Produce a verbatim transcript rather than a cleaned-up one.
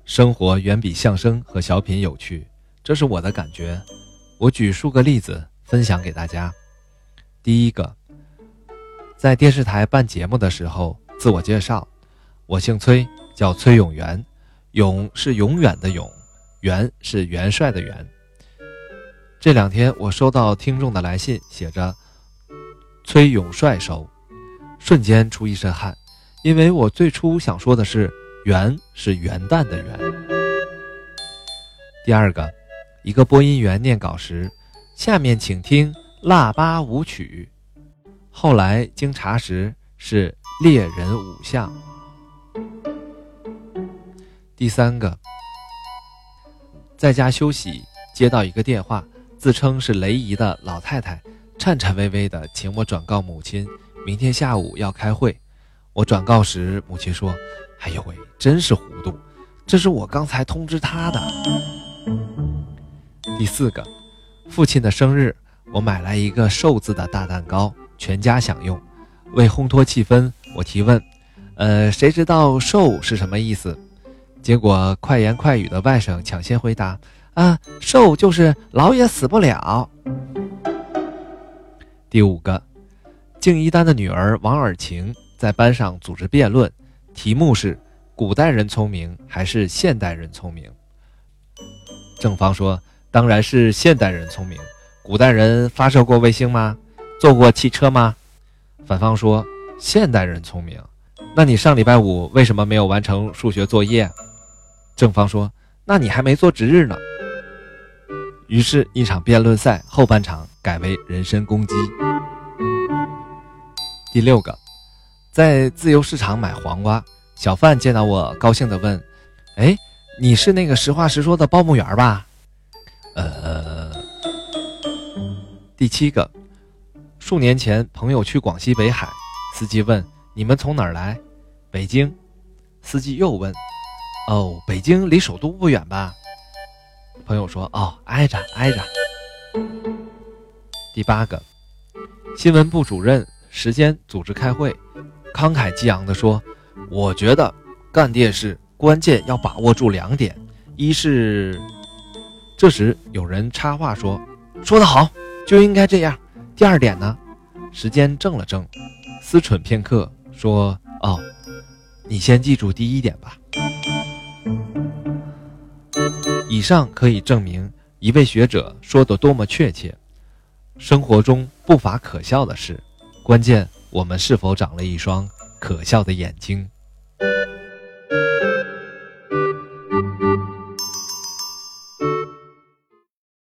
生活远比相声和小品有趣，这是我的感觉。我举数个例子分享给大家。第一个，在电视台办节目的时候，自我介绍，我姓崔，叫崔永元，永是永远的永，元是元帅的元。这两天我收到听众的来信，写着崔永帅收，瞬间出一身汗，因为我最初想说的是元是元旦的元。第二个，一个播音员念稿时，下面请听腊八舞曲，后来经查实是猎人舞象。第三个，在家休息，接到一个电话，自称是雷姨的老太太，颤颤巍巍地请我转告母亲，明天下午要开会。我转告时，母亲说：哎呦喂，真是糊涂，这是我刚才通知她的。第四个，父亲的生日，我买来一个寿字的大蛋糕，全家享用。为烘托气氛，我提问，呃，谁知道寿是什么意思？结果快言快语的外甥抢先回答，啊，寿就是老也死不了。第五个，敬一丹的女儿王尔晴在班上组织辩论，题目是古代人聪明还是现代人聪明？正方说，当然是现代人聪明，古代人发射过卫星吗？坐过汽车吗？反方说，现代人聪明，那你上礼拜五为什么没有完成数学作业？正方说，那你还没做值日呢。于是一场辩论赛后半场改为人身攻击。第六个，在自由市场买黄瓜，小贩见到我高兴地问，哎，你是那个实话实说的报幕员吧？呃，第七个，数年前朋友去广西北海，司机问，你们从哪儿来？北京。司机又问，哦，北京离首都不远吧？朋友说，哦，挨着挨着。第八个，新闻部主任时间组织开会，慷慨激昂地说，我觉得干电视关键要把握住两点，一是……这时有人插话说，说得好，就应该这样。第二点呢？时间怔了怔，思忖片刻，说，哦，你先记住第一点吧。以上可以证明一位学者说得多么确切。生活中不乏可笑的事，关键我们是否长了一双可笑的眼睛。